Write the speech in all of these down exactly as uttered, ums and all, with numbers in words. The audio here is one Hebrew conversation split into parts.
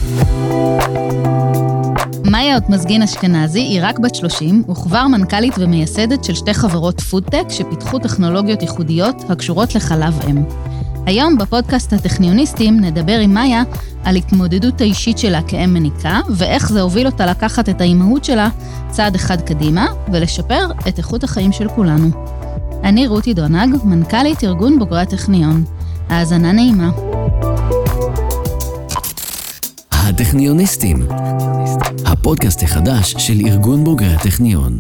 מאיה אוטמזגין אשכנזי היא רק בת שלושים, וכבר מנכ"לית ומייסדת של שתי חברות פודטק שפיתחו טכנולוגיות ייחודיות הקשורות לחלב אם. היום בפודקאסט הטכניוניסטים נדבר עם מאיה על התמודדות האישית שלה כאם מניקה, ואיך זה הוביל אותה לקחת את האימהות שלה צעד אחד קדימה, ולשפר את איכות החיים של כולנו. אני רותי דונג, מנכ"לית ארגון בוגרי הטכניון. האזנה נעימה. הטכניוניסטים, הפודקאסט החדש של ארגון בוגרי הטכניון.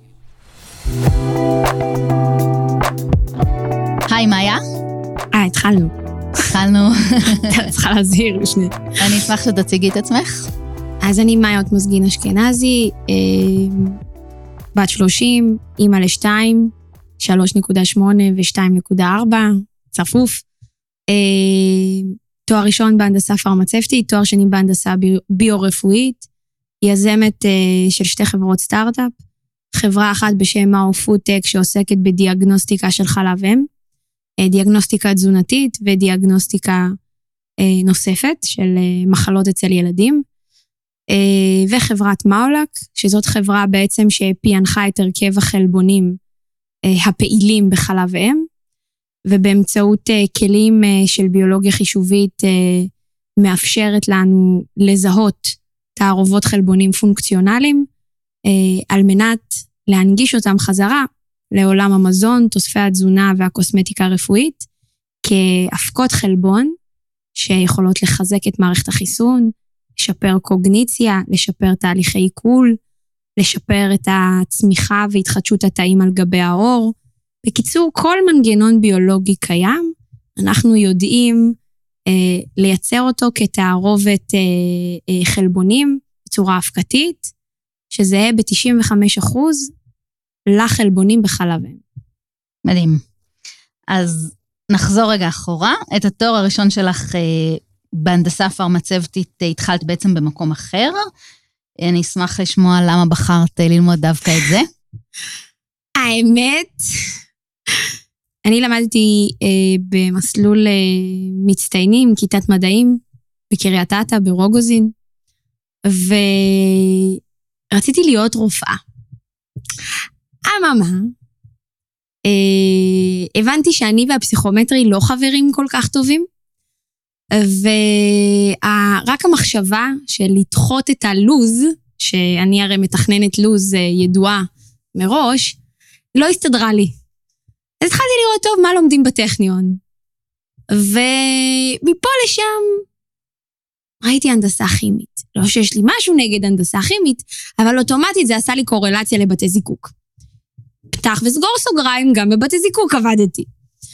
היי מאיה. אה, התחלנו. התחלנו. אתה צריכה להזהיר לשני. אני אשמח שתציגי את עצמך. אז אני מאיה אוטמזגין אשכנזי, בת שלושים, אימא לשתיים, שלוש נקודה שמונה ושתיים נקודה ארבע, צפוף. תואר ראשון בהנדסה פרמצבטית, תואר שני בהנדסה ביו-רפואית, יזמת של שתי חברות סטארט-אפ, חברה אחת בשם מאו פודטק שעוסקת בדיאגנוסטיקה של חלב אם, דיאגנוסטיקה תזונתית ודיאגנוסטיקה נוספת של מחלות אצל ילדים, וחברת מאולק, שזאת חברה בעצם שפענחה את הרכב החלבונים הפעילים בחלב אם, ובאמצעות כלים של ביולוגיה חישובית מאפשרת לנו לזהות תערובות חלבונים פונקציונליים, על מנת להנגיש אותם חזרה לעולם המזון, תוספי התזונה והקוסמטיקה הרפואית, כאפקות חלבון שיכולות לחזק את מערכת החיסון, לשפר קוגניציה, לשפר תהליכי עיכול, לשפר את הצמיחה והתחדשות התאים על גבי העור. בקיצור, כל מנגנון ביולוגי קיים, אנחנו יודעים אה, לייצר אותו כתערובת אה, אה, חלבונים בצורה הפקתית, שזה ב-תשעים וחמישה אחוז לחלבונים בחלב אם. מדהים. אז נחזור רגע אחורה. את התואר הראשון שלך אה, בהנדסה פרמצבטית אה, התחלת בעצם במקום אחר. אני אשמח לשמוע למה בחרת אה, ללמוד דווקא את זה. האמת, אני למדתי אה, במסלול אה, מצטיינים, כיתת מדעים, בקריית אתא, ברוגוזין, ורציתי להיות רופאה. אממה, אה, הבנתי שאני והפסיכומטרי לא חברים כל כך טובים, ורק המחשבה של לדחות את הלוז, שאני הרי מתכננת לוז ידועה מראש, לא הסתדרה לי. אז התחלתי לראות טוב מה לומדים בטכניון. ומפה לשם ראיתי הנדסה כימית. לא שיש לי משהו נגד הנדסה כימית, אבל אוטומטית זה עשה לי קורלציה לבתי זיקוק. פתח וסגור סוגריים, גם בבתי זיקוק עבדתי.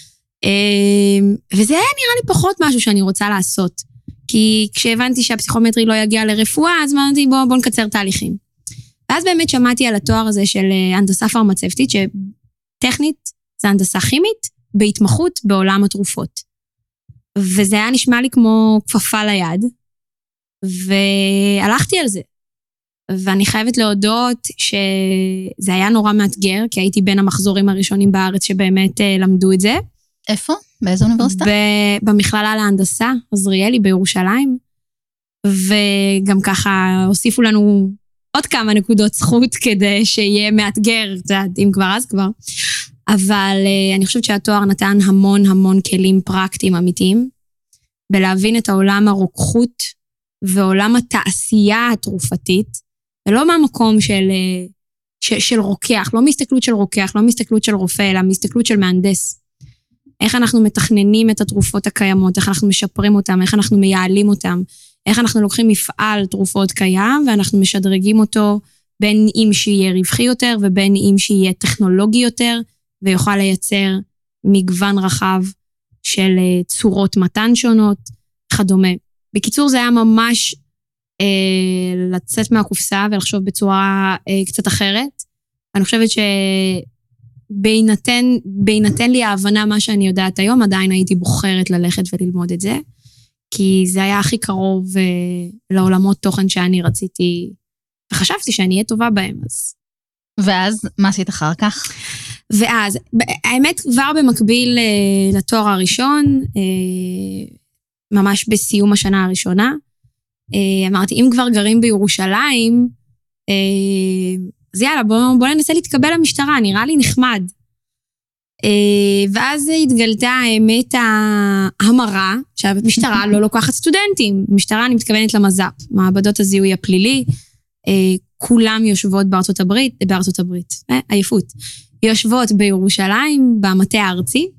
וזה היה נראה לי פחות משהו שאני רוצה לעשות. כי כשהבנתי שהפסיכומטרי לא יגיע לרפואה, אז אמרתי בוא, בוא נקצר תהליכים. ואז באמת שמעתי על התואר הזה של הנדסה פרמצבטית, שטכנית זה הנדסה כימית, בהתמחות בעולם התרופות. וזה היה נשמע לי כמו כפפה ליד, והלכתי על זה. ואני חייבת להודות שזה היה נורא מאתגר, כי הייתי בין המחזורים הראשונים בארץ שבאמת למדו את זה. איפה? באיזו אוניברסיטה? במכללה להנדסה, עזריאלי בירושלים, וגם ככה הוסיפו לנו עוד כמה נקודות זכות כדי שיהיה מאתגר, אם כבר אז כבר, אבל אני חושבת שהתואר נתן המון המון כלים פרקטיים אמיתיים, בלהבין את העולם הרוקחות ועולם התעשייה התרופתית, ולא מהמקום של, של, של רוקח, לא מסתכלות של רוקח, לא מסתכלות של רופא, אלא מסתכלות של מהנדס. איך אנחנו מתכננים את התרופות הקיימות, איך אנחנו משפרים אותם, איך אנחנו מייעלים אותם, איך אנחנו לוקחים מפעל תרופות קיים, ואנחנו משדרגים אותו בין אם שיהיה רווחי יותר, ובין אם שיהיה טכנולוגי יותר, ויוכל לייצר מגוון רחב של צורות מתן שונות, כדומה. בקיצור, זה היה ממש אה, לצאת מהקופסה, ולחשוב בצורה אה, קצת אחרת. אני חושבת שבהינתן, בהינתן לי ההבנה מה שאני יודעת היום, עדיין הייתי בוחרת ללכת וללמוד את זה, כי זה היה הכי קרוב לעולמות תוכן שאני רציתי, וחשבתי שאני אהיה טובה בהם. אז. ואז, מה עשית אחר כך? ואז, האמת כבר במקביל לתואר הראשון, ממש בסיום השנה הראשונה, אמרתי, אם כבר גרים בירושלים, אז יאללה, בוא, בוא ננסה להתקבל למשטרה, נראה לי נחמד. ואז התגלתה האמת ההמרה, שהמשטרה לא לוקחת סטודנטים. משטרה, אני מתכוונת למז"פ, מעבדות הזיהוי הפלילי, כולם יושבות בארצות הברית, בארצות הברית, עייפות, יושבות בירושלים, במטה הארצי,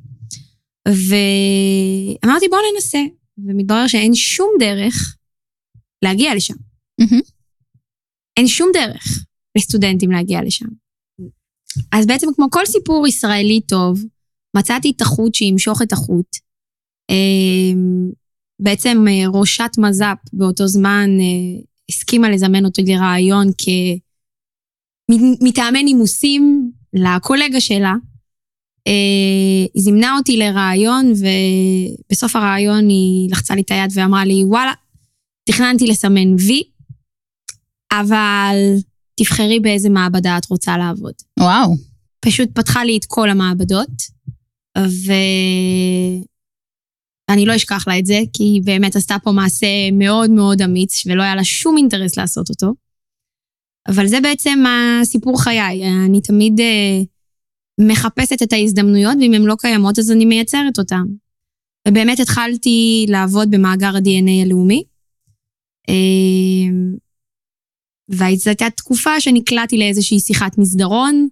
ואמרתי בואו ננסה, ומתברר שאין שום דרך להגיע לשם. אין שום דרך לסטודנטים להגיע לשם. אז בעצם כמו כל סיפור ישראלי טוב, מצאתי את החוט שימשוך את החוט. בעצם ראשת מז"פ באותו זמן הסכימה לזמן אותי לרעיון כמטעמי נימוסים לקולגה שלה. היא זימנה אותי לרעיון, ובסוף הרעיון היא לחצה לי את היד ואמרה לי, וואלה, תכננתי לסמן וי, אבל תבחרי באיזה מעבדה את רוצה לעבוד. וואו. פשוט פתחה לי את כל המעבדות, ואני לא אשכח לה את זה, כי היא באמת עשתה פה מעשה מאוד מאוד אמיץ, ולא היה לה שום אינטרס לעשות אותו. אבל זה בעצם הסיפור חיי. אני תמיד מחפשת את ההזדמנויות, ואם הן לא קיימות, אז אני מייצרת אותן. ובאמת התחלתי לעבוד במאגר ה-די אן איי הלאומי, וזו הייתה תקופה שנקלעתי לאיזושהי שיחת מסדרון,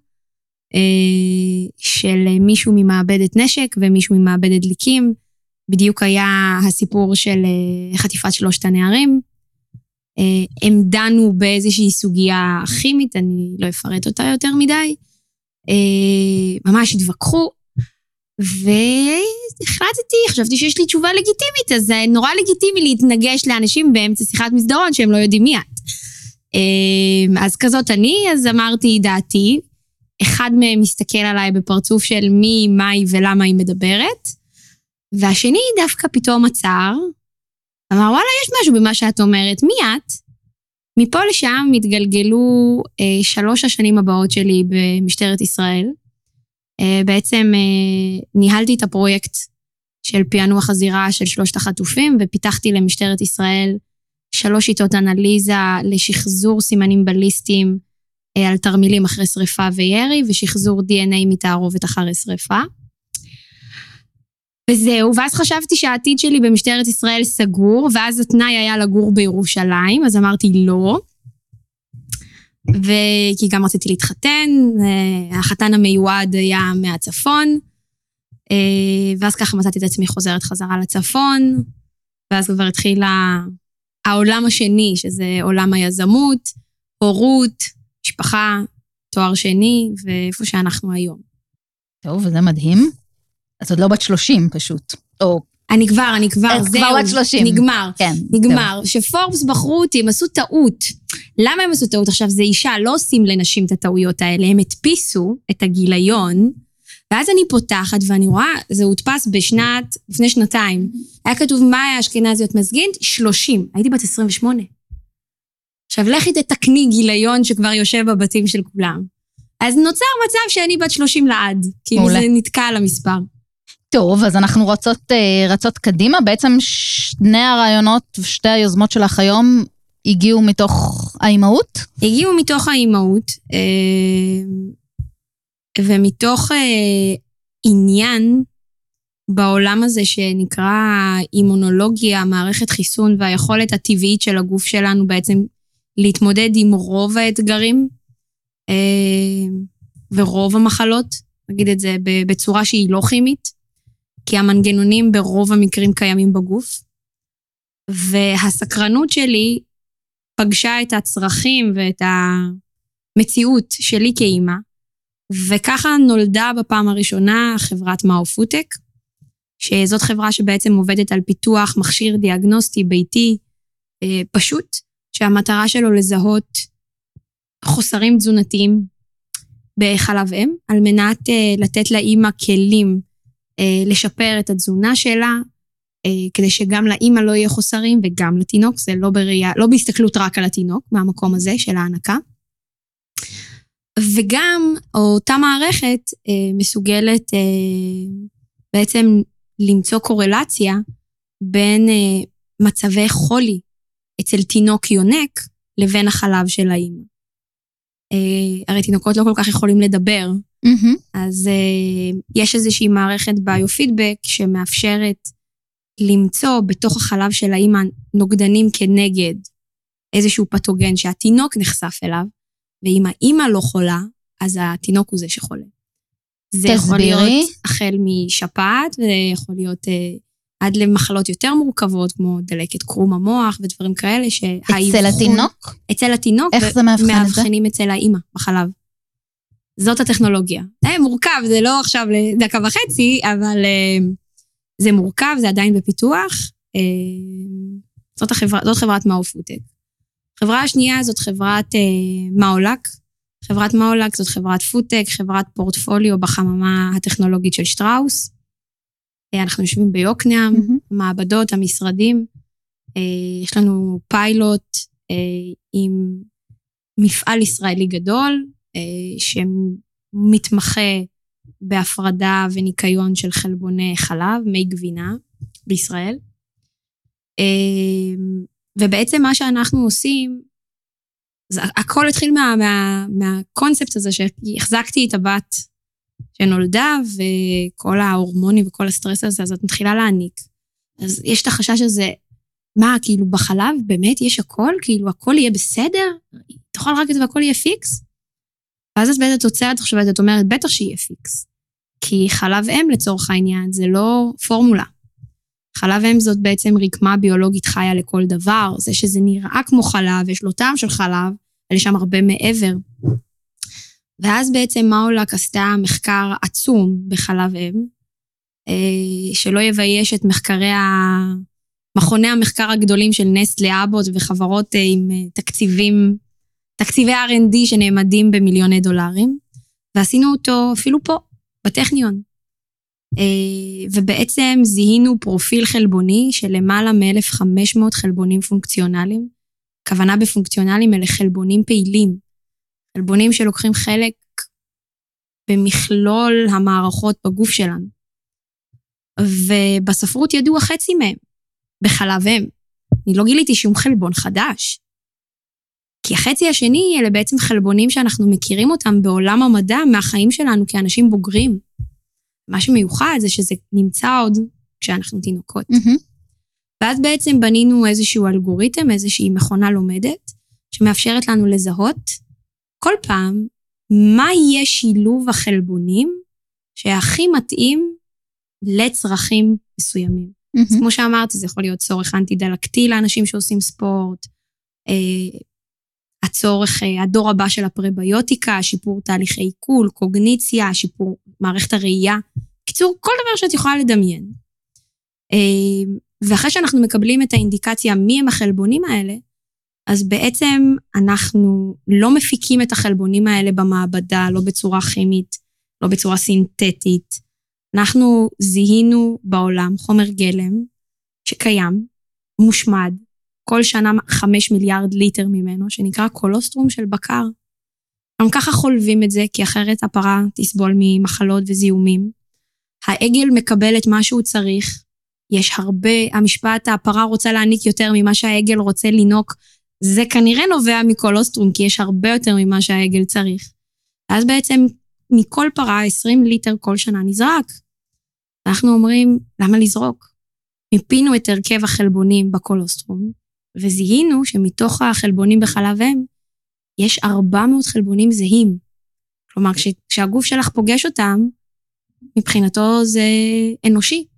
של מישהו ממעבדת נשק ומישהו ממעבדת דליקים, בדיוק היה הסיפור של חטיפת שלושת הנערים, הם דנו באיזושהי סוגיה כימית, אני לא אפרט אותה יותר מדי, ממש התווכחו, והחלטתי, חשבתי שיש לי תשובה לגיטימית, אז זה נורא לגיטימי להתנגש לאנשים באמצע שיחת מסדרון שהם לא יודעים מי את. אז כזאת אני, אז אמרתי דעתי, אחד מהם מסתכל עליי בפרצוף של מי, מהי ולמה היא מדברת, והשני דווקא פתאום עצר, אמר, וואלה, יש משהו במה שאת אומרת, מי את? מפה לשם התגלגלו אה, שלוש השנים הבאות שלי במשטרת ישראל. אה, בעצם אה, ניהלתי את הפרויקט של פענוח הזירה של שלושת החטופים, ופיתחתי למשטרת ישראל שלוש שיטות אנליזה לשחזור סימנים בליסטיים אה, על תרמילים אחרי שריפה וירי, ושחזור די אן איי מתערובת אחרי שריפה. וזהו, ואז חשבתי שהעתיד שלי במשטרת ישראל סגור, ואז התנאי היה לגור בירושלים, אז אמרתי לא, וכי גם רציתי להתחתן, החתן המיועד היה מהצפון, ואז ככה מצאתי את עצמי חוזרת חזרה לצפון, ואז כבר התחילה העולם השני, שזה עולם היזמות, הורות, משפחה, תואר שני, ואיפה שאנחנו היום. טוב, וזה מדהים. את עוד לא בת שלושים פשוט. או... אני כבר, אני כבר, זהו. כבר בת שלושים. נגמר. כן. נגמר. שפורבס בחרו אותי, הם עשו טעות. למה הם עשו טעות? עכשיו, זה אישה, לא עושים לנשים את הטעויות האלה, הם הדפיסו את הגיליון, ואז אני פותחת ואני רואה, זה הודפס בשנת, לפני שנתיים. היה כתוב, מאיה אשכנזיות מזגינט? שלושים. הייתי בת עשרים ושמונה. עכשיו, לכי תתקני גיליון שכבר יושב בבתים של כולם. אז נוצר מצב שאני בת שלושים לעד, כאילו זה נתקע על המספר. טוב, אז אנחנו רצות, רצות קדימה, בעצם שני הרעיונות ושתי היוזמות שלך היום הגיעו מתוך האימהות? הגיעו מתוך האימהות, ומתוך עניין בעולם הזה שנקרא אימונולוגיה, מערכת חיסון והיכולת הטבעית של הגוף שלנו בעצם להתמודד עם רוב האתגרים, ורוב המחלות, נגיד את זה בצורה שהיא לא כימית, כי המנגנונים ברוב המקרים קיימים בגוף, והסקרנות שלי פגשה את הצרכים ואת המציאות שלי כאימא, וככה נולדה בפעם הראשונה חברת מאופוטק, שזאת חברה שבעצם עובדת על פיתוח מכשיר דיאגנוסטי ביתי פשוט, שהמטרה שלו לזהות חוסרים תזונתיים בחלב אם, על מנת לתת לאמא כלים לשפר את התזונה שלה, כדי שגם לאמא לא יהיה חוסרים, וגם לתינוק, זה לא בראייה, לא בהסתכלות רק על התינוק, מהמקום הזה של ההנקה. וגם אותה מערכת מסוגלת בעצם למצוא קורלציה בין מצבי חולי אצל תינוק יונק לבין החלב של האמא. הרי תינוקות לא כל כך יכולים לדבר, אז יש איזושהי מערכת ביופידבק שמאפשרת למצוא בתוך החלב של האמא נוגדנים כנגד איזשהו פתוגן שהתינוק נחשף אליו, ואם האמא לא חולה, אז התינוק הוא זה שחולה. זה יכול להיות החל משפעת, וזה יכול להיות עד למחלות יותר מורכבות, כמו דלקת קרום המוח ודברים כאלה, אצל התינוק? אצל התינוק. איך זה מאבחן את זה? מאבחנים אצל האמא בחלב. זאת הטכנולוגיה. זה מורכב, זה לא עכשיו לדקה וחצי, אבל זה מורכב, זה עדיין בפיתוח. זאת, החברה, זאת חברת מאופוטק. חברה השנייה זאת חברת מאולק. חברת מאולק זאת חברת פודטק, חברת פורטפוליו בחממה הטכנולוגית של שטראוס. אנחנו יושבים ביוקנעם, mm-hmm. מעבדות, המשרדים. יש לנו פיילוט עם מפעל ישראלי גדול, שמתמחה בהפרדה וניקיון של חלבוני חלב, מי גבינה בישראל. ובעצם מה שאנחנו עושים, הכל התחיל מה, מה, מהקונספט הזה שהחזקתי את הבת שנולדה, וכל ההורמונים וכל הסטרס הזה, אז את מתחילה להעניק. אז יש את החשש הזה, מה, כאילו בחלב באמת יש הכל? כאילו הכל יהיה בסדר? תאכל רק את זה והכל יהיה פיקס? ואז את בעצם תוצרת חושבת, את אומרת, בטח שיהיה פיקס. כי חלב אם לצורך העניין, זה לא פורמולה. חלב אם זאת בעצם רקמה ביולוגית חיה לכל דבר, זה שזה נראה כמו חלב, יש לו טעם של חלב, אבל יש שם הרבה מעבר. ואז בעצם מאולק עשתה מחקר עצום בחלב אם, שלא יבייש את מחקרי מכוני המחקר הגדולים של נסטלה, אבוט וחברות עם תקציבים, תקציבי אר אנד די שנעמדים במיליוני דולרים, ועשינו אותו אפילו פה, בטכניון. ובעצם זיהינו פרופיל חלבוני של למעלה מ-אלף וחמש מאות חלבונים פונקציונליים. כוונה בפונקציונליים אלה חלבונים פעילים. חלבונים שלוקחים חלק במכלול המערכות בגוף שלנו. ובספרות ידוע חצי מהם, בחלב אם. אני לא גיליתי שום חלבון חדש. כי החצי השני אלה בעצם חלבונים שאנחנו מכירים אותם בעולם המדע מהחיים שלנו כאנשים בוגרים. מה שמיוחד זה שזה נמצא עוד כשאנחנו תינוקות. Mm-hmm. ואז בעצם בנינו איזשהו אלגוריתם, איזושהי מכונה לומדת, שמאפשרת לנו לזהות כל פעם מה יהיה שילוב החלבונים שהכי מתאים לצרכים מסוימים. Mm-hmm. אז כמו שאמרתי, זה יכול להיות צורך אנטי-דלקתי לאנשים שעושים ספורט, אה, הצורך, אה, הדור הבא של הפרביוטיקה, שיפור תהליכי עיכול, קוגניציה, שיפור מערכת הראייה, קיצור, כל דבר שאת יכולה לדמיין. אה, ואחרי שאנחנו מקבלים את האינדיקציה מי הם החלבונים האלה, אז בעצם אנחנו לא מפיקים את החלבונים האלה במעבדה, לא בצורה כימית, לא בצורה סינתטית. אנחנו זיהינו בעולם חומר גלם שקיים, מושמד, כל שנה חמש מיליארד ליטר ממנו, שנקרא קולוסטרום של בקר. הם ככה חולבים את זה, כי אחרת הפרה תסבול ממחלות וזיהומים. העגל מקבל את מה שהוא צריך, יש הרבה, המשפט, הפרה רוצה להעניק יותר ממה שהעגל רוצה לנוק, זה כנראה נובע מקולוסטרום, כי יש הרבה יותר ממה שהעגל צריך. אז בעצם מכל פרה עשרים ליטר כל שנה נזרק. אנחנו אומרים, למה לזרוק? מיפינו את הרכב החלבונים בקולוסטרום, וזיהינו שמתוך החלבונים בחלב אם, יש ארבע מאות חלבונים זהים. כלומר, כשהגוף שלך פוגש אותם, מבחינתו זה אנושי.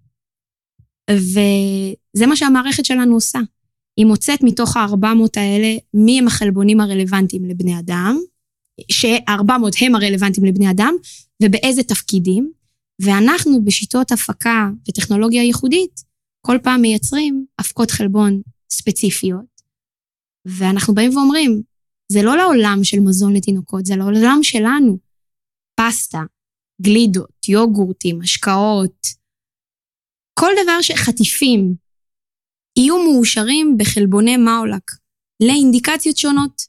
וזה מה שהמערכת שלנו עושה. היא מוצאת מתוך ה-ארבע מאות האלה, מי הם החלבונים הרלוונטיים לבני אדם, ש-ארבע מאות הם הרלוונטיים לבני אדם, ובאיזה תפקידים, ואנחנו בשיטות הפקה וטכנולוגיה ייחודית, כל פעם מייצרים הפקות חלבון ספציפיות, ואנחנו באים ואומרים, זה לא לעולם של מזון לתינוקות, זה לעולם שלנו, פסטה, גלידות, יוגורטים, השקעות, כל דבר שחטיפים, יהיו מאושרים בחלבוני מאולק, לאינדיקציות שונות.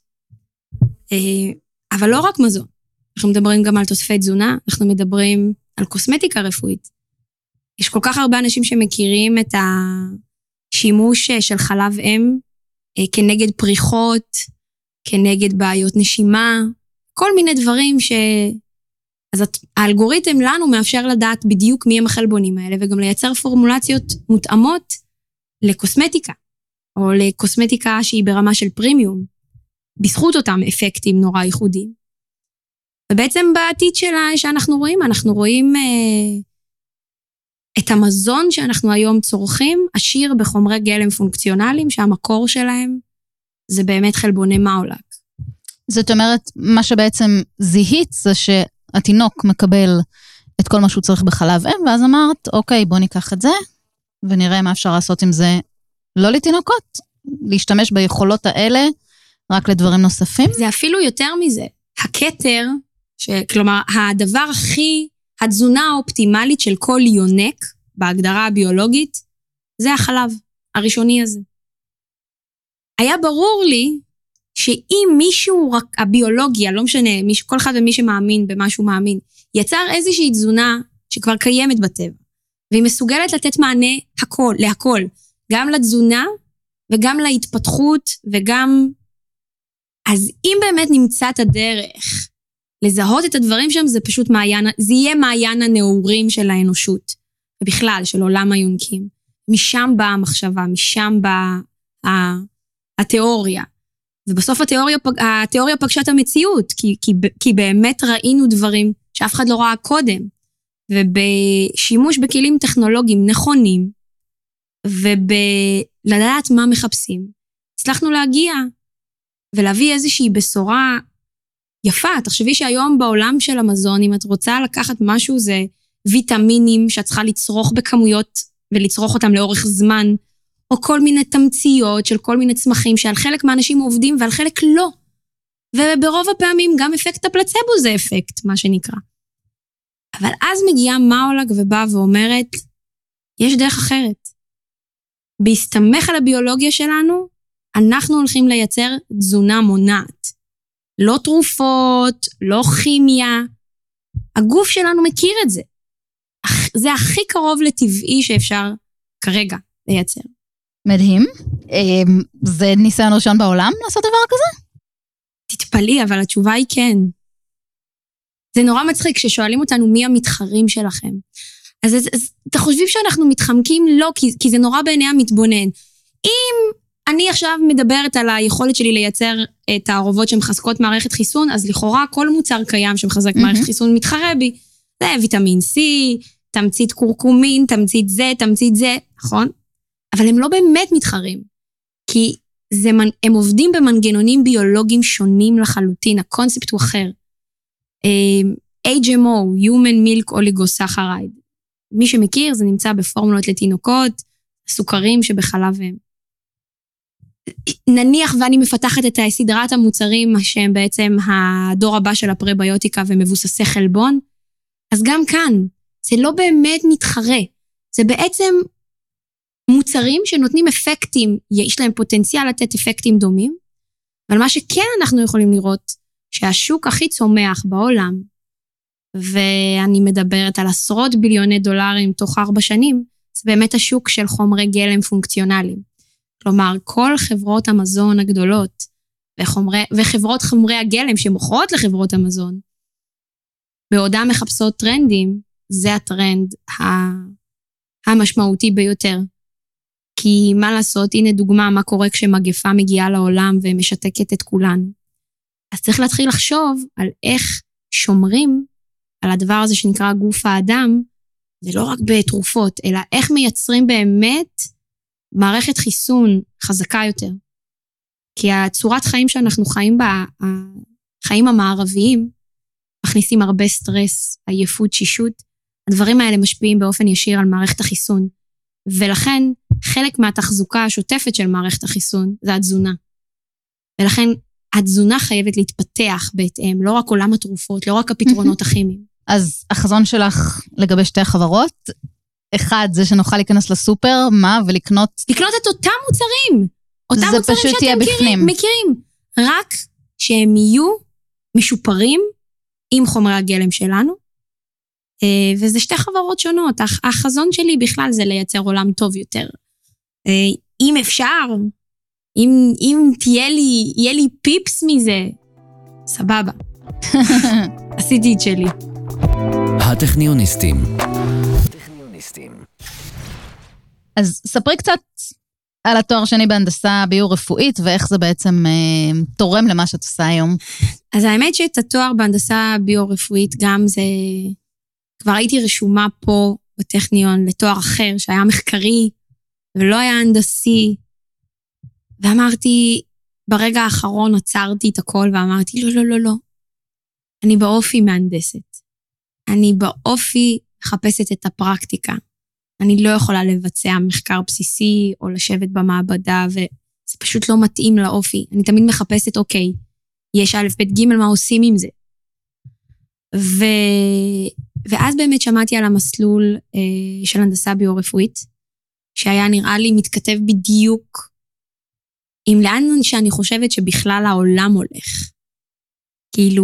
אבל לא רק מזון, אנחנו מדברים גם על תוספי תזונה, אנחנו מדברים על קוסמטיקה רפואית. יש כל כך הרבה אנשים שמכירים את השימוש של חלב אם כנגד פריחות, כנגד בעיות נשימה, כל מיני דברים ש... אז האלגוריתם לנו מאפשר לדעת בדיוק מי הם החלבונים האלה, וגם לייצר פורמולציות מותאמות לקוסמטיקה, או לקוסמטיקה שהיא ברמה של פרימיום, בזכות אותם אפקטים נורא ייחודיים. ובעצם בעתיד שלה שאנחנו רואים, אנחנו רואים אה, את המזון שאנחנו היום צורכים, עשיר בחומרי גלם פונקציונליים, שהמקור שלהם זה באמת חלבוני מאולק. זאת אומרת, מה שבעצם זיהית זה שהתינוק מקבל את כל מה שהוא צריך בחלב אם, ואז אמרת, אוקיי, בוא ניקח את זה, ונראה מה אפשר לעשות עם זה, לא לתינוקות, להשתמש ביכולות האלה, רק לדברים נוספים. זה אפילו יותר מזה. הכתר, כלומר, הדבר הכי, התזונה האופטימלית של כל יונק, בהגדרה הביולוגית, זה החלב הראשוני הזה. היה ברור לי, שאם מישהו, הביולוגיה, לא משנה, מישהו, כל אחד ומי שמאמין במה שהוא מאמין, יצר איזושהי תזונה שכבר קיימת בטבע, והיא מסוגלת לתת מענה הכל, להכל, גם לתזונה, וגם להתפתחות, וגם... אז אם באמת נמצא את הדרך לזהות את הדברים שם, זה פשוט מעיין, זה יהיה מעיין הנעורים של האנושות, ובכלל, של עולם היונקים. משם באה המחשבה, משם באה התיאוריה. ובסוף התיאוריה, התיאוריה פגשה את המציאות, כי, כי, כי באמת ראינו דברים שאף אחד לא ראה קודם, ובשימוש בכלים טכנולוגיים נכונים, ובלדעת מה מחפשים, הצלחנו להגיע ולהביא איזושהי בשורה יפה. תחשבי שהיום בעולם של המזון, אם את רוצה לקחת משהו, זה ויטמינים שאת צריכה לצרוך בכמויות, ולצרוך אותם לאורך זמן, או כל מיני תמציות של כל מיני צמחים, שעל חלק מהאנשים עובדים ועל חלק לא. וברוב הפעמים גם אפקט הפלצבו זה אפקט, מה שנקרא. אבל אז מגיעה מאולק ובאה ואומרת, יש דרך אחרת. בהסתמך על הביולוגיה שלנו, אנחנו הולכים לייצר תזונה מונעת. לא תרופות, לא כימיה. הגוף שלנו מכיר את זה. זה הכי קרוב לטבעי שאפשר כרגע לייצר. מדהים. זה ניסיון ראשון בעולם לעשות דבר כזה? תתפלאי, אבל התשובה היא כן. זה נורא מצחיק כששואלים אותנו מי המתחרים שלכם. אז, אז, אז אתה חושבים שאנחנו מתחמקים? לא, כי, כי זה נורא בעיני המתבונן. אם אני עכשיו מדברת על היכולת שלי לייצר את הערובות שמחזקות מערכת חיסון, אז לכאורה כל מוצר קיים שמחזק mm-hmm. מערכת חיסון מתחרה בי. זה ויטמין C, תמצית קורקומין, תמצית זה, תמצית זה, נכון? אבל הם לא באמת מתחרים. כי זה, הם עובדים במנגנונים ביולוגיים שונים לחלוטין, הקונספט הוא אחר. H M O, Human Milk Oligosaccharide. מי שמכיר, זה נמצא בפורמולות לתינוקות, סוכרים שבחלב הם. נניח ואני מפתחת את סדרת המוצרים, שהם בעצם הדור הבא של הפרביוטיקה ומבוססי חלבון, אז גם כאן, זה לא באמת מתחרה. זה בעצם מוצרים שנותנים אפקטים, יש להם פוטנציאל לתת אפקטים דומים, אבל מה שכן אנחנו יכולים לראות, שהשוק הכי צומח בעולם, ואני מדברת על עשרות ביליוני דולרים תוך ארבע שנים, זה באמת השוק של חומרי גלם פונקציונליים. כלומר, כל חברות המזון הגדולות, וחומרי, וחברות חומרי הגלם שמוכרות לחברות המזון, בעודם מחפשות טרנדים, זה הטרנד המשמעותי ביותר. כי מה לעשות, הנה דוגמה, מה קורה כשמגפה מגיעה לעולם ומשתקת את כולנו. אז צריך להתחיל לחשוב על איך שומרים על הדבר הזה שנקרא גוף האדם, זה לא רק בתרופות, אלא איך מייצרים באמת מערכת חיסון חזקה יותר. כי הצורת חיים שאנחנו חיים בה, החיים המערביים, מכניסים הרבה סטרס, עייפות, שישות, הדברים האלה משפיעים באופן ישיר על מערכת החיסון, ולכן חלק מהתחזוקה השוטפת של מערכת החיסון זה התזונה. ולכן התזונה חייבת להתפתח בהתאם, לא רק עולם התרופות, לא רק הפתרונות הכימיים. אז החזון שלך לגבי שתי חברות, אחד זה שנוכל להיכנס לסופר, מה? ולקנות... לקנות את אותם מוצרים. אותם זה מוצרים פשוט יהיה שאתם בפנים. מכירים. רק שהם יהיו משופרים עם חומרי הגלם שלנו, וזה שתי חברות שונות. החזון שלי בכלל זה לייצר עולם טוב יותר. אם אפשר, אם, אם תהיה לי, יהיה לי פיפס מזה, סבבה. עשיתי את שלי. הטכניוניסטים. אז ספרי קצת על התואר שני בהנדסה ביו-רפואית, ואיך זה בעצם אה, תורם למה שאת עושה היום. אז האמת שאת התואר בהנדסה ביו-רפואית, גם זה, כבר הייתי רשומה פה בטכניון לתואר אחר, שהיה מחקרי, ולא היה הנדסי, ואמרתי, ברגע האחרון עצרתי את הכל, ואמרתי, לא, לא, לא, לא, אני באופי מהנדסת. אני באופי מחפשת את הפרקטיקה. אני לא יכולה לבצע מחקר בסיסי, או לשבת במעבדה, וזה פשוט לא מתאים לאופי. אני תמיד מחפשת, אוקיי, יש א' ב' ג' מה עושים עם זה. ו... ואז באמת שמעתי על המסלול אה, של הנדסה ביו-רפואית, שהיה נראה לי מתכתב בדיוק עם לאן שאני חושבת שבכלל העולם הולך. כאילו,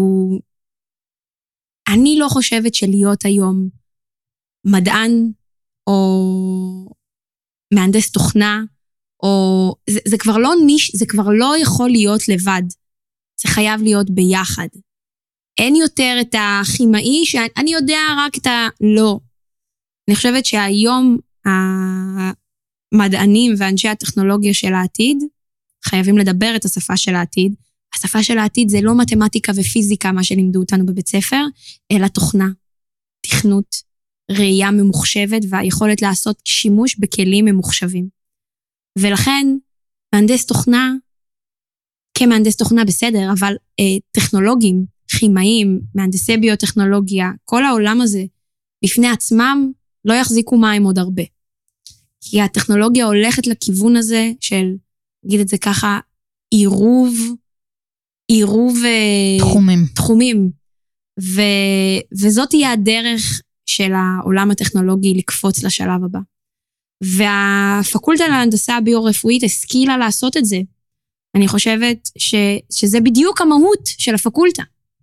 אני לא חושבת שלהיות היום מדען, או מהנדס תוכנה, או זה, זה כבר לא ניש, זה כבר לא יכול להיות לבד. זה חייב להיות ביחד. אין יותר את הכימאי, שאני יודע רק את ה... לא. אני חושבת שהיום המדענים ואנשי הטכנולוגיה של העתיד, חייבים לדבר את השפה של העתיד. השפה של העתיד זה לא מתמטיקה ופיזיקה, מה שלימדו אותנו בבית ספר, אלא תוכנה, תכנות, ראייה ממוחשבת, והיכולת לעשות שימוש בכלים ממוחשבים. ולכן, מהנדס תוכנה, כמהנדס תוכנה בסדר, אבל אה, טכנולוגים, כימאים, מהנדסי ביוטכנולוגיה, כל העולם הזה, בפני עצמם, לא יחזיקו מים עוד הרבה. כי הטכנולוגיה הולכת לכיוון הזה של, נגיד את זה ככה, עירוב, עירוב תחומים. תחומים. ו, וזאת תהיה הדרך של העולם הטכנולוגי לקפוץ לשלב הבא. והפקולטה להנדסה הביו-רפואית השכילה לעשות את זה. אני חושבת ש, שזה בדיוק המהות של הפקולטה.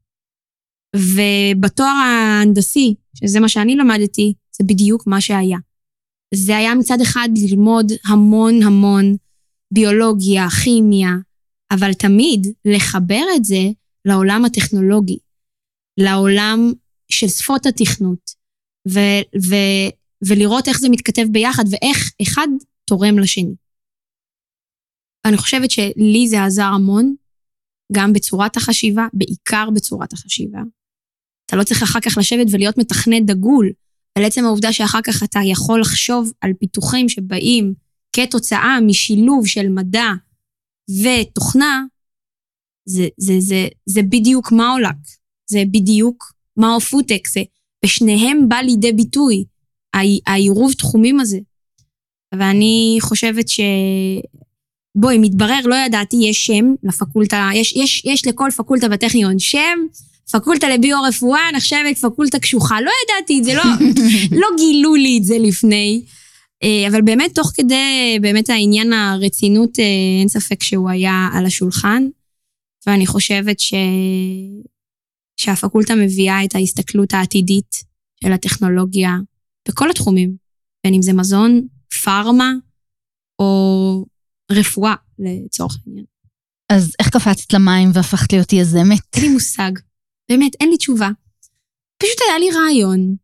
ובתואר ההנדסי, שזה מה שאני למדתי, זה בדיוק מה שהיה. זה היה מצד אחד ללמוד המון המון ביולוגיה, כימיה, אבל תמיד לחבר את זה לעולם הטכנולוגי, לעולם של שפות התכנות, ו- ו- ולראות איך זה מתכתב ביחד, ואיך אחד תורם לשני. אני חושבת שלי זה עזר המון, גם בצורת החשיבה, בעיקר בצורת החשיבה. אתה לא צריך אחר כך לשבת ולהיות מתכנת דגול, על עצם העובדה שאחר כך אתה יכול לחשוב על פיתוחים שבאים כתוצאה משילוב של מדע ותוכנה, זה, זה, זה, זה בדיוק מאולק, זה בדיוק מאו פודטק, זה בשניהם בא לידי ביטוי, העירוב תחומים הזה. ואני חושבת ש... בואי, מתברר, לא ידעתי, יש שם לפקולטה, יש, יש, יש לכל פקולטה בטכניון שם, פקולטה לביו-רפואה, נחשבת פקולטה קשוחה, לא ידעתי את זה, לא, לא גילו לי את זה לפני, אבל באמת תוך כדי, באמת העניין הרצינות, אין ספק שהוא היה על השולחן, ואני חושבת ש... שהפקולטה מביאה את ההסתכלות העתידית של הטכנולוגיה בכל התחומים, בין אם זה מזון, פארמה, או רפואה לצורך העניין. אז איך קפצת למים והפכת להיות יזמת? אין לי מושג. באמת, אין לי תשובה. פשוט היה לי רעיון.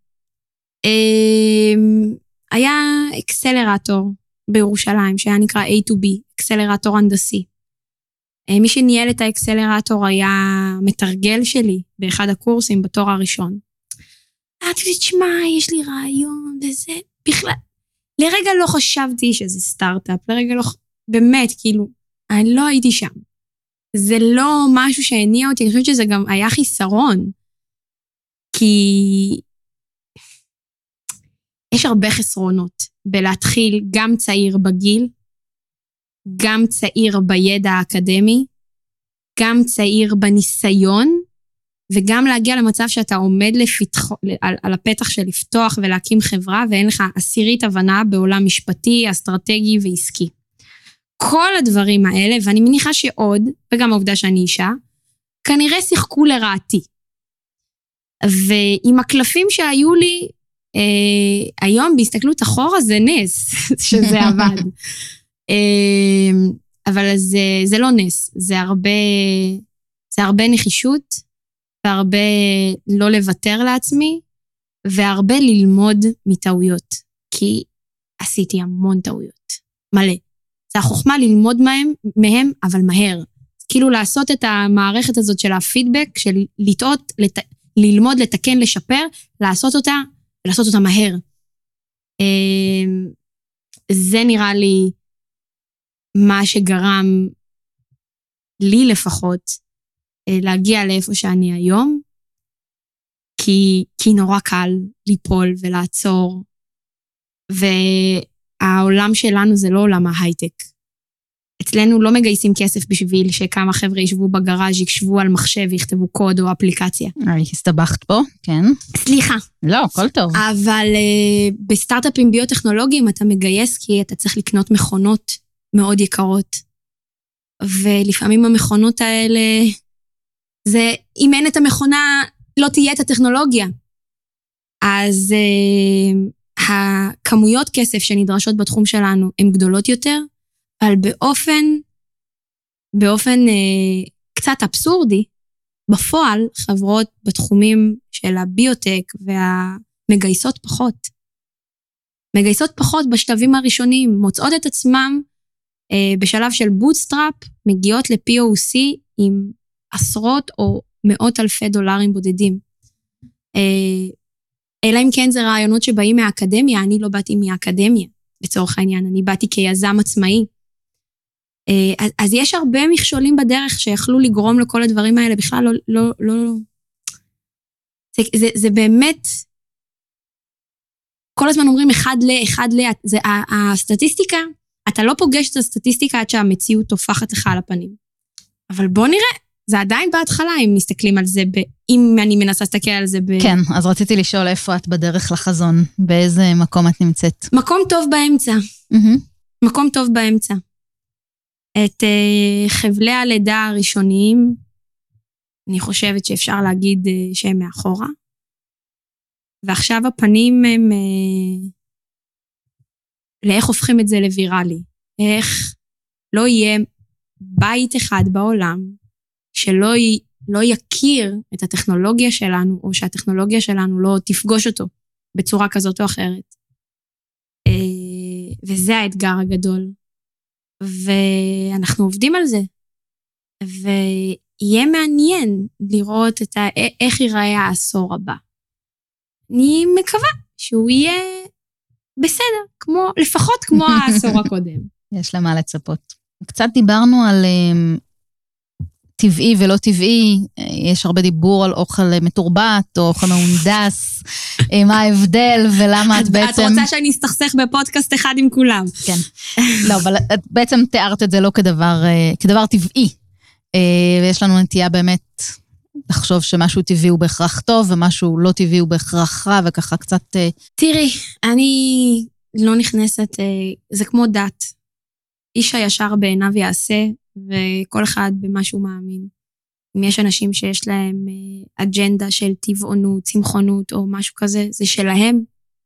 היה אקסלרטור בירושלים, שהיה נקרא איי טו בי, אקסלרטור הנדסי. מי שניהל את האקסלרטור היה מתרגל שלי, באחד הקורסים בתואר הראשון. אמרתי לי, תשמע, יש לי רעיון, וזה בכלל. לרגע לא חשבתי שזה סטארט-אפ, לרגע לא, באמת, כאילו, אני לא הייתי שם. זה לא משהו שהניע אותי, אני חושבת שזה גם היה חיסרון, כי יש הרבה חסרונות בלהתחיל גם צעיר בגיל, גם צעיר בידע האקדמי, גם צעיר בניסיון, וגם להגיע למצב שאתה עומד לפתח, על, על הפתח של לפתוח ולהקים חברה, ואין לך עשירית הבנה בעולם משפטי, אסטרטגי ועסקי. כל הדברים האלה, ואני מניחה שעוד, וגם העובדה שאני אישה, כנראה שיחקו לרעתי. ועם הקלפים שהיו לי, אה, היום בהסתכלות אחורה זה נס שזה עבד. אה, אבל זה, זה לא נס, זה הרבה, זה הרבה נחישות, והרבה לא לוותר לעצמי, והרבה ללמוד מטעויות, כי עשיתי המון טעויות, מלא. זה החוכמה ללמוד מהם, מהם, אבל מהר. כאילו לעשות את המערכת הזאת של הפידבק, של לטעות, לת... ללמוד, לתקן, לשפר, לעשות אותה, ולעשות אותה מהר. זה נראה לי מה שגרם לי לפחות להגיע לאיפה שאני היום, כי, כי נורא קל ליפול ולעצור, והעולם שלנו זה לא עולם ההייטק. אצלנו לא מגייסים כסף בשביל שכמה חבר'ה ישבו בגראז' יקשבו על מחשב ויכתבו קוד או אפליקציה. הסתבכת פה, כן. סליחה. לא, הכל טוב. אבל uh, בסטארט-אפים ביוטכנולוגיים אתה מגייס כי אתה צריך לקנות מכונות מאוד יקרות. ולפעמים המכונות האלה, זה, אם אין את המכונה, לא תהיה את הטכנולוגיה. אז uh, הכמויות כסף שנדרשות בתחום שלנו הן גדולות יותר, אבל באופן, באופן אה, קצת אבסורדי, בפועל חברות בתחומים של הביוטק והמגייסות פחות. מגייסות פחות בשלבים הראשונים, מוצאות את עצמם אה, בשלב של בוטסטראפ, מגיעות ל-פי או סי עם עשרות או מאות אלפי דולרים בודדים. אה, אלא אם כן זה רעיונות שבאים מהאקדמיה, אני לא באתי מהאקדמיה, בצורך העניין, אני באתי כיזם עצמאי. אז, אז יש הרבה מכשולים בדרך שיכלו לגרום לכל הדברים האלה, בכלל לא, לא, לא, זה, זה, זה באמת, כל הזמן אומרים אחד ל, אחד ל, זה הסטטיסטיקה, אתה לא פוגש את הסטטיסטיקה עד שהמציאות תופחת לך על הפנים. אבל בוא נראה, זה עדיין בהתחלה, אם מסתכלים על זה, ב, אם אני מנסה להסתכל על זה ב... כן, אז רציתי לשאול איפה את בדרך לחזון, באיזה מקום את נמצאת. מקום טוב באמצע. Mm-hmm. מקום טוב באמצע. את uh, חבלי הלידה הראשוניים, אני חושבת שאפשר להגיד uh, שהם מאחורה. ועכשיו הפנים הם uh, לאיך הופכים את זה לוויראלי. איך לא יהיה בית אחד בעולם שלא י, לא יכיר את הטכנולוגיה שלנו, או שהטכנולוגיה שלנו לא תפגוש אותו בצורה כזאת או אחרת. Uh, וזה האתגר הגדול. ואנחנו עובדים על זה, ויהיה מעניין לראות את ה... איך ייראה העשור הבא. אני מקווה שהוא יהיה בסדר, כמו, לפחות כמו העשור הקודם. יש למה לצפות. קצת דיברנו על um, טבעי ולא טבעי, יש הרבה דיבור על אוכל מתורבת, או אוכל מהונדס, מה ההבדל ולמה את בעצם... את רוצה שאני אסתכסך בפודקאסט אחד עם כולם. כן. לא, אבל את בעצם תיארת את זה לא כדבר, כדבר טבעי. ויש לנו נטייה באמת לחשוב שמשהו טבעי הוא בהכרח טוב, ומשהו לא טבעי הוא בהכרח רע, וככה קצת... תראי, אני לא נכנסת, זה כמו דת. איש הישר בעיניו יעשה, וכל אחד במה שהוא מאמין. אם יש אנשים שיש להם אג'נדה של טבעונות, צמחונות או משהו כזה, זה שלהם.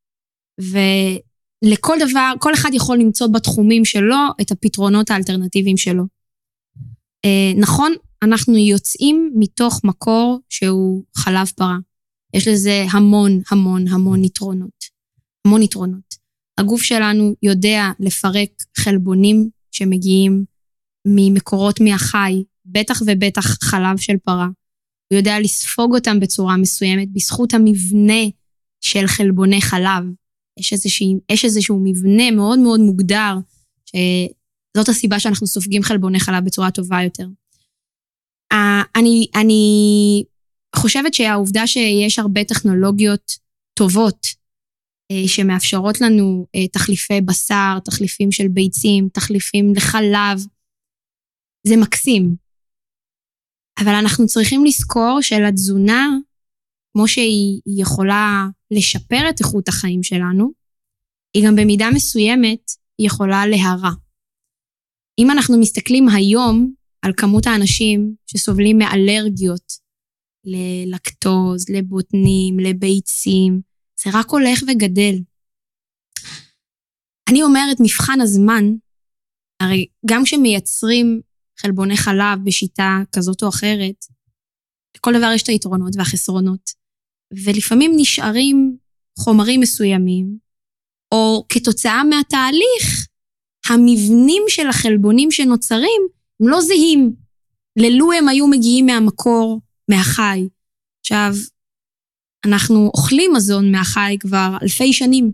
ולכל דבר, כל אחד יכול למצוא בתחומים שלו את הפתרונות האלטרנטיביים שלו. נכון, אנחנו יוצאים מתוך מקור שהוא חלב פרה. יש לזה המון, המון, המון יתרונות. המון יתרונות. הגוף שלנו יודע לפרק חלבונים שמגיעים ממקורות מהחי, בטח ובטח חלב של פרה. הוא יודע לספוג אותם בצורה מסוימת, בזכות המבנה של חלבוני חלב. יש איזשהו, יש איזשהו מבנה מאוד מאוד מוגדר, שזאת הסיבה שאנחנו סופגים חלבוני חלב בצורה טובה יותר. אני, אני חושבת שהעובדה שיש הרבה טכנולוגיות טובות, שמאפשרות לנו תחליפי בשר, תחליפים של ביצים, תחליפים לחלב, זה מקסים. אבל אנחנו צריכים לזכור שלתזונה, כמו שהיא יכולה לשפר את איכות החיים שלנו, היא גם במידה מסוימת יכולה להרע. אם אנחנו מסתכלים היום על כמות האנשים שסובלים מאלרגיות, ללקטוז, לבוטנים, לביצים, זה רק הולך וגדל. אני אומרת, מבחן הזמן, הרי גם כשמייצרים חלבוני חלב בשיטה כזאת או אחרת, לכל דבר יש את היתרונות והחסרונות, ולפעמים נשארים חומרים מסוימים, או כתוצאה מהתהליך, המבנים של החלבונים שנוצרים, הם לא זהים, ללו הם היו מגיעים מהמקור, מהחי. עכשיו, אנחנו אוכלים מזון מהחי כבר אלפי שנים,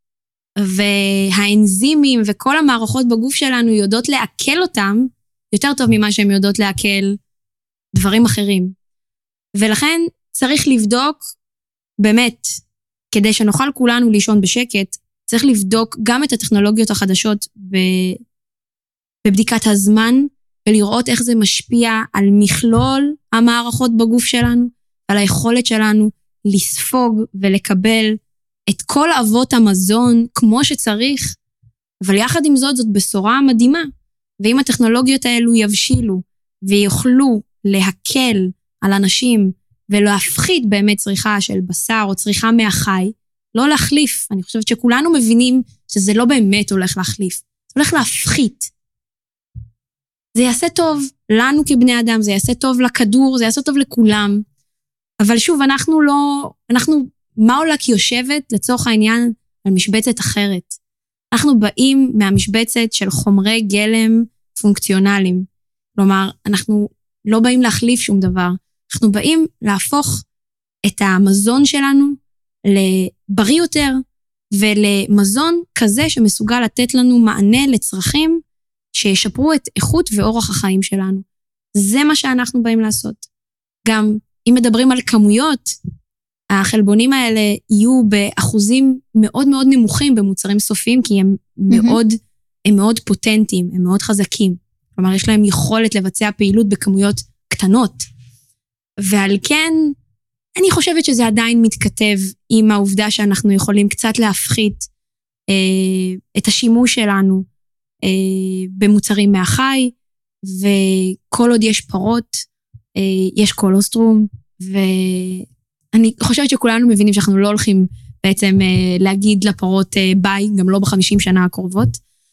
והאנזימים וכל המערכות בגוף שלנו יודעות לעכל אותם, יותר טוב ממה שהן יודעות לעכל דברים אחרים. ולכן צריך לבדוק, באמת, כדי שנוכל כולנו לישון בשקט, צריך לבדוק גם את הטכנולוגיות החדשות בבדיקת הזמן, ולראות איך זה משפיע על מכלול המערכות בגוף שלנו, על היכולת שלנו לספוג ולקבל את כל אבות המזון כמו שצריך, אבל יחד עם זאת, זאת בשורה מדהימה, ואם הטכנולוגיות האלו יבשילו ויוכלו להקל על אנשים ולהפחית באמת צריכה של בשר או צריכה מהחי, לא להחליף. אני חושבת שכולנו מבינים שזה לא באמת הולך להחליף, זה הולך להפחית. זה יעשה טוב לנו כבני אדם, זה יעשה טוב לכדור, זה יעשה טוב לכולם. אבל שוב, אנחנו לא, אנחנו, מה עולה יושבת לצורך העניין על משבצת אחרת. אנחנו באים מהמשבצת של חומרי גלם פונקציונליים. כלומר, אנחנו לא באים להחליף שום דבר. אנחנו באים להפוך את המזון שלנו לבריא יותר, ולמזון כזה שמסוגל לתת לנו מענה לצרכים שישפרו את איכות ואורח החיים שלנו. זה מה שאנחנו באים לעשות. גם אם מדברים על כמויות, החלבונים האלה יהיו באחוזים מאוד מאוד נמוכים במוצרים סופיים, כי הם מאוד, הם מאוד פוטנטיים, הם מאוד חזקים. כלומר, יש להם יכולת לבצע פעילות בכמויות קטנות. ועל כן, אני חושבת שזה עדיין מתכתב עם העובדה שאנחנו יכולים קצת להפחית אה, את השימוש שלנו אה, במוצרים מהחי, וכל עוד יש פרות, אה, יש קולוסטרום, ואני חושבת שכולנו מבינים שאנחנו לא הולכים בעצם אה, להגיד לפרות אה, ביי, גם לא בחמישים שנה הקרובות,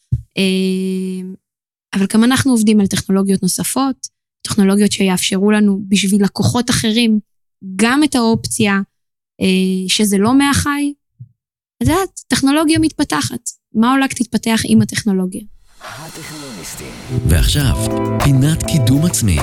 אה, אבל גם אנחנו עובדים על טכנולוגיות נוספות, טכנולוגיות שיאפשרו לנו בשביל לקוחות אחרים, גם את האופציה אה, שזה לא מהחי, אז הטכנולוגיה מתפתחת. מה עולה תתפתח עם הטכנולוגיה? ועכשיו, פינת קידום עצמי.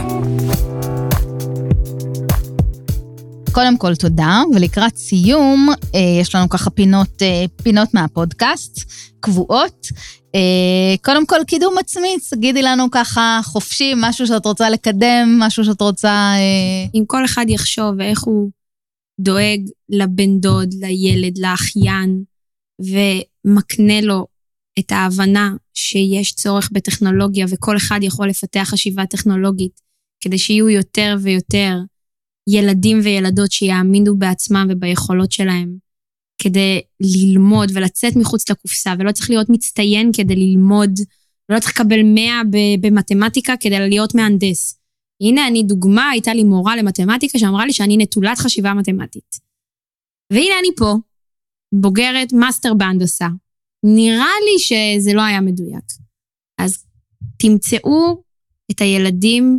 קודם כל תודה, ולקראת סיום, יש לנו ככה פינות, פינות מהפודקאסט, קבועות. קודם כל קידום עצמי, תגידי לנו ככה חופשי, משהו שאת רוצה לקדם, משהו שאת רוצה... אם כל אחד יחשוב איך הוא דואג לבן דוד, לילד, לאחיין, ומקנה לו את ההבנה שיש צורך בטכנולוגיה, וכל אחד יכול לפתח חשיבה טכנולוגית, כדי שיהיו יותר ויותר ילדים וילדות שיאמינו בעצמם וביכולות שלהם, כדי ללמוד ולצאת מחוץ לקופסה, ולא צריך להיות מצטיין כדי ללמוד, ולא צריך לקבל מאה במתמטיקה כדי להיות מהנדס. הנה אני דוגמה, הייתה לי מורה למתמטיקה שאמרה לי שאני נטולת חשיבה מתמטית. והנה אני פה, בוגרת מאסטר בהנדסה. נראה לי שזה לא היה מדויק. אז תמצאו את הילדים,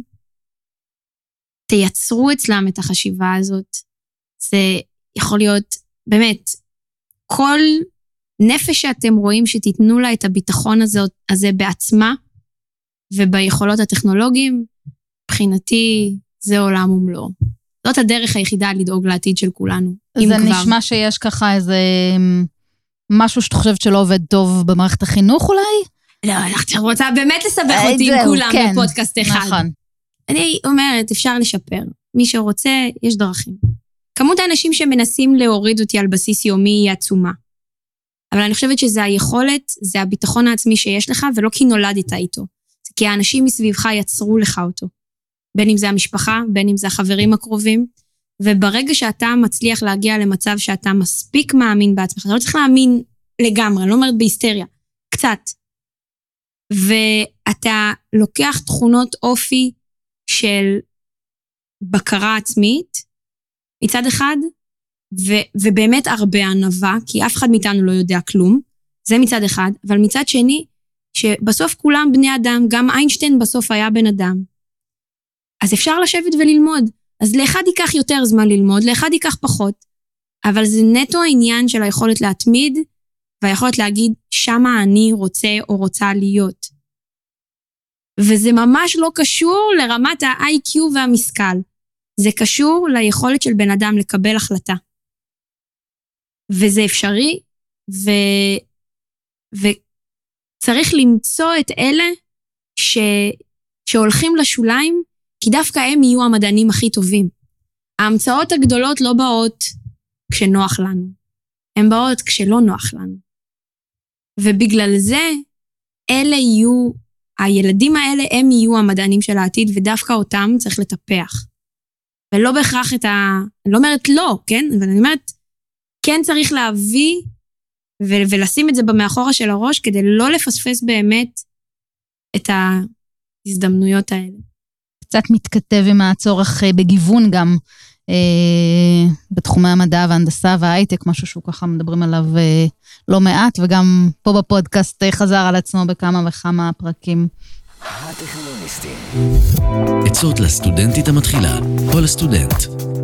תייצרו אצלם את החשיבה הזאת. זה יכול להיות, באמת, כל נפש שאתם רואים שתיתנו לה את הביטחון הזה, הזה בעצמה, וביכולות הטכנולוגיים, מבחינתי זה עולם ומלואו. זאת הדרך היחידה לדאוג לעתיד של כולנו. זה נשמע שיש ככה איזה משהו שאת חושבת שלא עובד טוב במערכת החינוך אולי? לא, אני רוצה באמת לסבך אותי עם כולם בפודקאסט אחד. נכון. אני אומרת, אפשר לשפר. מי שרוצה, יש דרכים. כמות האנשים שמנסים להוריד אותי על בסיס יומי היא עצומה. אבל אני חושבת שזה היכולת, זה הביטחון העצמי שיש לך, ולא כי נולדת איתו. זה כי האנשים מסביבך יצרו לך אותו. בין אם זה המשפחה, בין אם זה החברים הקרובים, וברגע שאתה מצליח להגיע למצב שאתה מספיק מאמין בעצמך, אתה לא צריך להאמין לגמרי, אני לא אומרת בהיסטריה, קצת. ואתה לוקח תכונות אופי של בקרה עצמית, מצד אחד, ו- ובאמת הרבה ענווה, כי אף אחד מאיתנו לא יודע כלום, זה מצד אחד, אבל מצד שני, שבסוף כולם בני אדם, גם איינשטיין בסוף היה בן אדם. אז אפשר לשבת וללמוד. אז לאחד ייקח יותר זמן ללמוד, לאחד ייקח פחות, אבל זה נטו העניין של היכולת להתמיד, והיכולת להגיד, שמה אני רוצה או רוצה להיות. וזה ממש לא קשור לרמת ה-איי קיו והמשכל. זה קשור ליכולת של בן אדם לקבל החלטה. וזה אפשרי, ו... וצריך למצוא את אלה ש... שהולכים לשוליים, כי דווקא הם יהיו המדענים הכי טובים. ההמצאות הגדולות לא באות כשנוח לנו. הן באות כשלא נוח לנו. ובגלל זה, אלה יהיו, הילדים האלה הם יהיו המדענים של העתיד, ודווקא אותם צריך לטפח. ולא בהכרח את ה... אני לא אומרת לא, כן? אבל אני אומרת, כן צריך להביא ו- ולשים את זה במאחורה של הראש, כדי לא לפספס באמת את ההזדמנויות האלה. קצת מתכתב עם הצורך בגיוון גם, אה, בתחומי המדע וההנדסה וההייטק, משהו שהוא ככה מדברים עליו אה, לא מעט, וגם פה בפודקאסט חזר על עצמו בכמה וכמה פרקים. הטכנוניסטים. עצות לסטודנטית המתחילה, או לסטודנט.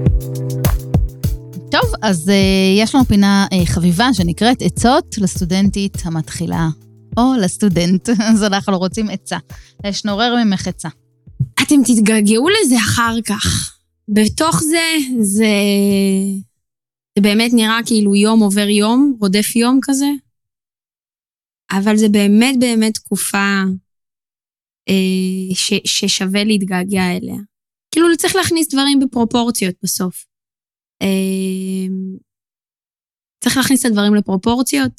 טוב, אז uh, יש לנו פינה uh, חביבה שנקראת עצות לסטודנטית המתחילה, או לסטודנט, אז אנחנו רוצים עצה, לשנורר ממך עצה. אתם תתגעגעו לזה אחר כך. בתוך זה, זה, זה באמת נראה כאילו יום עובר יום, רודף יום כזה, אבל זה באמת באמת תקופה אה, ש, ששווה להתגעגע אליה. כאילו צריך להכניס דברים בפרופורציות בסוף. אה, צריך להכניס את הדברים לפרופורציות,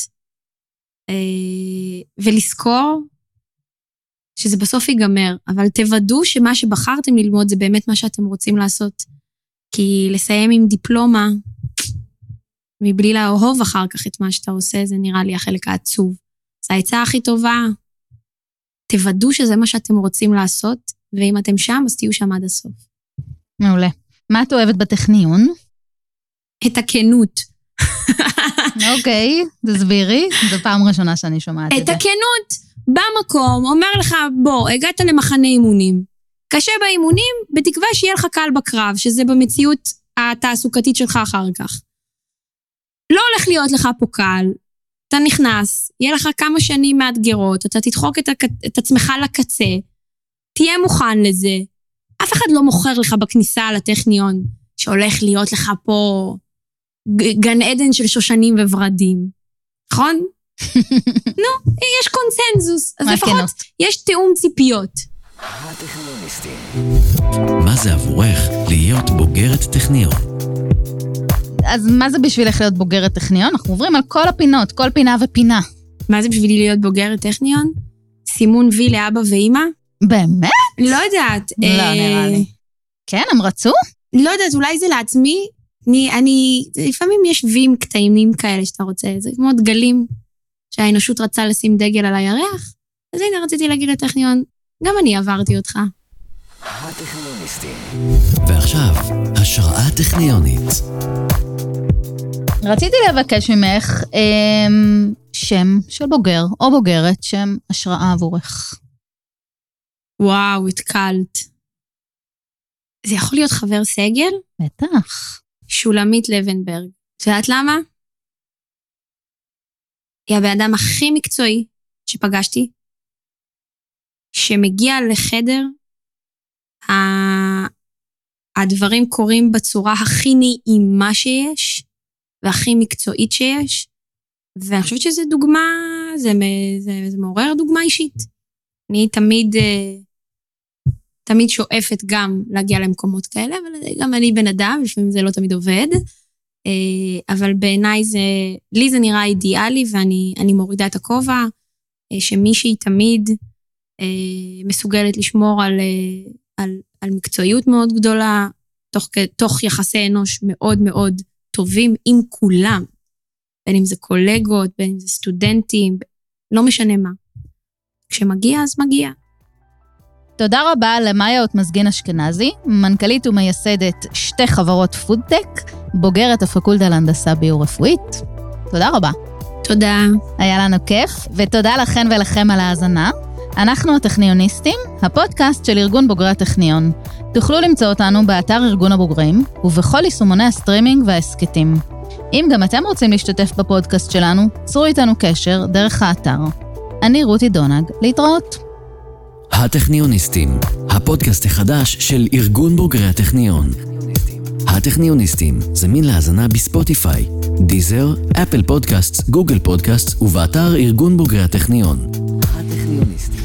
אה, ולזכור שזה בסוף ייגמר, אבל תוודאו שמה שבחרתם ללמוד זה באמת מה שאתם רוצים לעשות. כי לסיים עם דיפלומה, מבלי לאהוב אחר כך את מה שאתה עושה, זה נראה לי החלק העצוב. זה העצה הכי טובה. תוודאו שזה מה שאתם רוצים לעשות, ואם אתם שם, אז תהיו שם עד הסוף. מעולה. מה את אוהבת בטכניון? את הכנות. אוקיי, תסבירי. זו פעם ראשונה שאני שומעת את זה. את הכנות. במקום, אומר לך, בוא, הגעת למחנה אימונים. קשה באימונים, בתקווה שיהיה לך קל בקרב, שזה במציאות התעסוקתית שלך אחר כך. לא הולך להיות לך פה קל, אתה נכנס, יהיה לך כמה שנים מאתגרות, אתה תדחוק את, את עצמך לקצה, תהיה מוכן לזה. אף אחד לא מוכר לך בכניסה לטכניון, שהולך להיות לך פה גן עדן של שושנים וורדים. נכון? נו, יש קונצנזוס, אז לפחות יש תאום ציפיות. הטכנוניסטים. מה זה עבורך להיות בוגרת טכניון? אז מה זה בשבילך להיות בוגרת טכניון? אנחנו עוברים על כל הפינות, כל פינה ופינה. מה זה בשבילי להיות בוגרת טכניון? סימון וי לאבא ואמא? באמת? לא יודעת. לא נראה לי. כן, הם רצו? לא יודעת, אולי זה לעצמי. אני, אני, לפעמים יש ויים קטנים כאלה שאתה רוצה, זה כמו דגלים שהאנושות רצה לשים דגל על הירח, אז הנה רציתי להגיד לטכניון, גם אני עברתי אותך. הטכנוניסטים. ועכשיו, השראה טכניונית. רציתי לבקש ממך אמ, שם של בוגר או בוגרת, שם השראה עבורך. וואו, התקלת. זה יכול להיות חבר סגל? בטח. שולמית לבנברג. את יודעת למה? היא הבן אדם הכי מקצועי שפגשתי, שמגיע לחדר, הדברים קורים בצורה הכי נעימה שיש, והכי מקצועית שיש, ואני חושבת שזה דוגמה, זה, זה, זה מעורר דוגמה אישית. אני תמיד, תמיד שואפת גם להגיע למקומות כאלה, אבל גם אני בן אדם, לפעמים זה לא תמיד עובד, אבל בעיניי זה, לי זה נראה אידיאלי, ואני אני מורידה את הכובע, שמישהי תמיד מסוגלת לשמור על, על, על מקצועיות מאוד גדולה, תוך, תוך יחסי אנוש מאוד מאוד טובים עם כולם, בין אם זה קולגות, בין אם זה סטודנטים, לא משנה מה. כשמגיע, אז מגיע. תודה רבה למאיה אוטמזגין אשכנזי, מנכ"לית ומייסדת שתי חברות פודטק, בוגרת הפקולטה להנדסה ביו-רפואית. תודה רבה. תודה. היה לנו כיף, ותודה לכן ולכם על ההאזנה. אנחנו הטכניוניסטים, הפודקאסט של ארגון בוגרי הטכניון. תוכלו למצוא אותנו באתר ארגון הבוגרים, ובכל יישומוני הסטרימינג וההסקטים. אם גם אתם רוצים להשתתף בפודקאסט שלנו, צרו איתנו קשר דרך האתר. אני רותי דונג, להתראות. הטכניוניסטים, הפודקאסט החדש של ארגון בוגרי הטכניון. הטכניוניסטים זמין להאזנה בספוטיפיי, דיזר, אפל פודקאסט, גוגל פודקאסט ובאתר ארגון בוגרי הטכניון. הטכניוניסטים